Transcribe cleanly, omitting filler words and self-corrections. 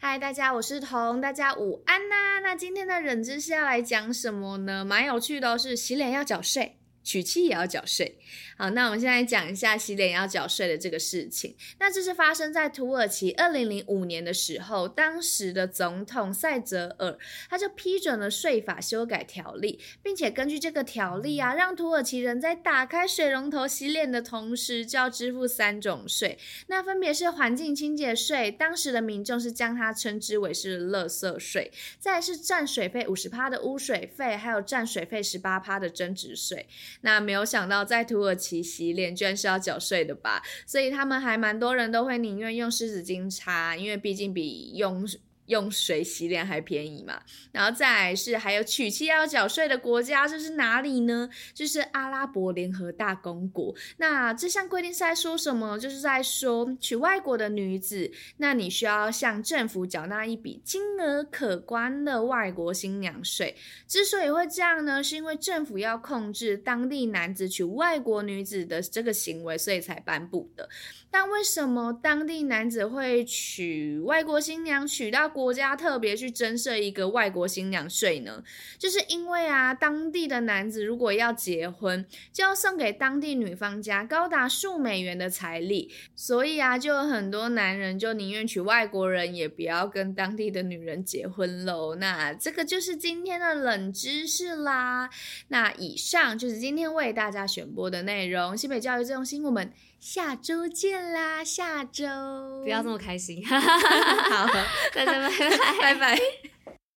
嗨，大家，我是彤，大家午安呐。那今天的冷知识要来讲什么呢？蛮有趣的哦，是洗脸要缴税，娶妻也要缴税。好，那我们现在讲一下洗脸要缴税的这个事情。那这是发生在土耳其2005年的时候，当时的总统塞泽尔他就批准了税法修改条例，并且根据这个条例啊，让土耳其人在打开水龙头洗脸的同时就要支付3种税，那分别是环境清洁税，当时的民众是将它称之为是垃圾税，再来是占水费 50% 的污水费，还有占水费 18% 的增值税。那没有想到在土耳其洗脸居然是要缴税的吧，所以他们还蛮多人都会宁愿用湿纸巾擦，因为毕竟比用水洗脸还便宜嘛。然后再来是还有娶妻要缴税的国家，这是哪里呢？就是阿拉伯联合大公国。那这项规定是在说什么？就是在说娶外国的女子，那你需要向政府缴纳一笔金额可观的外国新娘税。之所以会这样呢，是因为政府要控制当地男子娶外国女子的这个行为，所以才颁布的。但为什么当地男子会娶外国新娘，娶到国家特别去征设一个外国新娘税呢？就是因为啊，当地的男子如果要结婚，就要送给当地女方家高达数美元的彩礼，所以啊，就有很多男人就宁愿娶外国人，也不要跟当地的女人结婚咯。那这个就是今天的冷知识啦。那以上就是今天为大家选播的内容，西北教育最用心，我们下周见啦，下周不要这么开心。 好， 大家拜拜， 拜拜。